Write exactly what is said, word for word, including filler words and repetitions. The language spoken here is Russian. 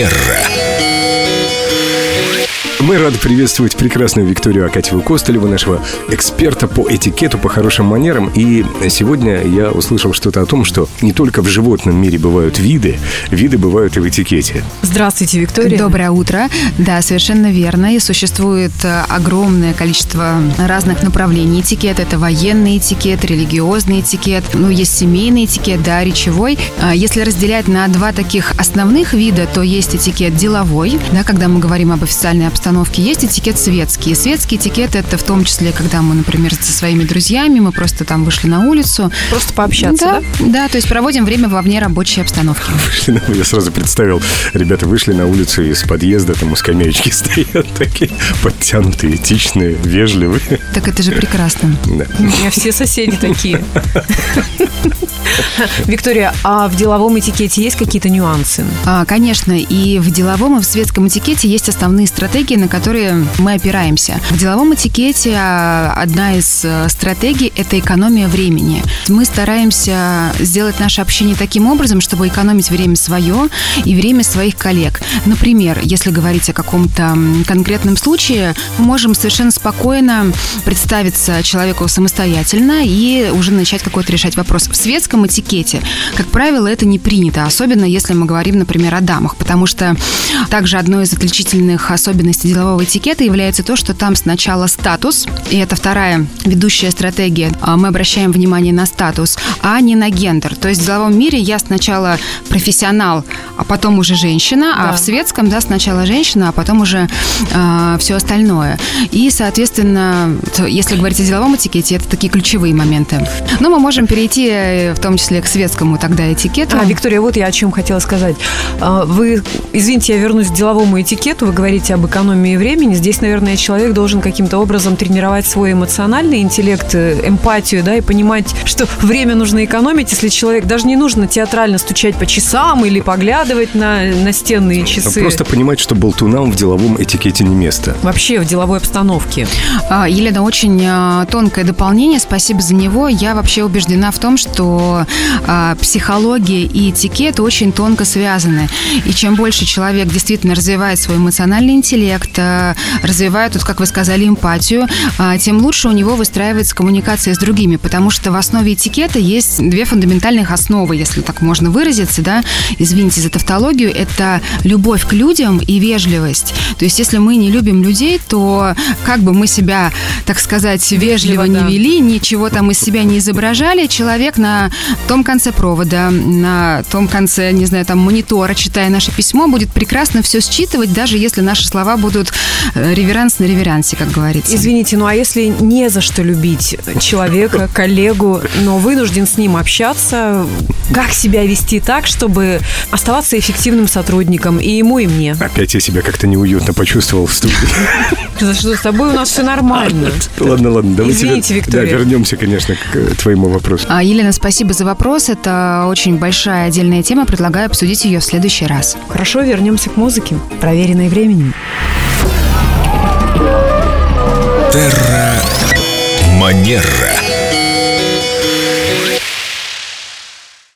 Манера. Мы рады приветствовать прекрасную Викторию Акатьеву-Костылеву, нашего эксперта по этикету, по хорошим манерам. И сегодня я услышал что-то о том, что не только в животном мире бывают виды, виды бывают и в этикете. Здравствуйте, Виктория. Доброе утро. Да, совершенно верно. И существует огромное количество разных направлений этикета. Это военный этикет, религиозный этикет, ну, есть семейный этикет, да, речевой. Если разделять на два таких основных вида, то есть этикет деловой, да, когда мы говорим об официальной обстановке, есть этикет светский. Светский этикет — это в том числе, когда мы, например, со своими друзьями, мы просто там вышли на улицу. Просто пообщаться, да? Да, да, то есть проводим время во вне рабочей обстановки. Вышли на, я сразу представил, ребята вышли на улицу из подъезда, там у скамеечки стоят такие подтянутые, этичные, вежливые. Так это же прекрасно. Да. У меня все соседи такие. Виктория, а в деловом этикете есть какие-то нюансы? А, конечно, и в деловом, и в светском этикете есть основные стратегии, на которые мы опираемся. В деловом этикете одна из стратегий – это экономия времени. Мы стараемся сделать наше общение таким образом, чтобы экономить время свое и время своих коллег. Например, если говорить о каком-то конкретном случае, мы можем совершенно спокойно представиться человеку самостоятельно и уже начать какой-то решать вопрос. В светском этикете, как правило, это не принято, особенно если мы говорим, например, о дамах, потому что также одной из отличительных особенностей делового этикета является то, что там сначала статус, и это вторая ведущая стратегия, мы обращаем внимание на статус, а не на гендер. То есть в деловом мире я сначала профессионал, а потом уже женщина, да. А в светском, да, сначала женщина, а потом уже э, все остальное. И, соответственно, если говорить о деловом этикете, это такие ключевые моменты. Но мы можем перейти в том числе к светскому тогда этикету. А, Виктория, вот я о чем хотела сказать. Вы, извините, я вернусь к деловому этикету, вы говорите об экономии времени. Здесь, наверное, человек должен каким-то образом тренировать свой эмоциональный интеллект, эмпатию, да, и понимать, что время нужно экономить, если человек, даже не нужно театрально стучать по часам или поглядывать на настенные часы. Просто понимать, что болтунам в деловом этикете не место. Вообще в деловой обстановке. Елена, очень тонкое дополнение, спасибо за него. Я вообще убеждена в том, что психология и этикет очень тонко связаны. И чем больше человек действительно развивает свой эмоциональный интеллект, развивает, вот, как вы сказали, эмпатию, тем лучше у него выстраивается коммуникация с другими, потому что в основе этикета есть две фундаментальных основы, если так можно выразиться, да, извините за тавтологию, это любовь к людям и вежливость. То есть, если мы не любим людей, то как бы мы себя, так сказать, вежливо, вежливо не да. вели, ничего там из себя не изображали, человек на том конце провода, на том конце, не знаю, там монитора, читая наше письмо, будет прекрасно все считывать, даже если наши слова будут реверанс на реверансе, как говорится. Извините, ну а если не за что любить человека, коллегу, но вынужден с ним общаться, как себя вести так, чтобы оставаться эффективным сотрудником и ему, и мне? Опять я себя как-то неуютно почувствовал в студии. За что с тобой у нас все нормально. Ладно, ладно, давайте. Извините, Виктория. Да, вернемся, конечно, к твоему вопросу. А, Елена, спасибо за вопрос. Это очень большая отдельная тема. Предлагаю обсудить ее в следующий раз. Хорошо, вернемся к музыке, проверенной временем. Терра Манера.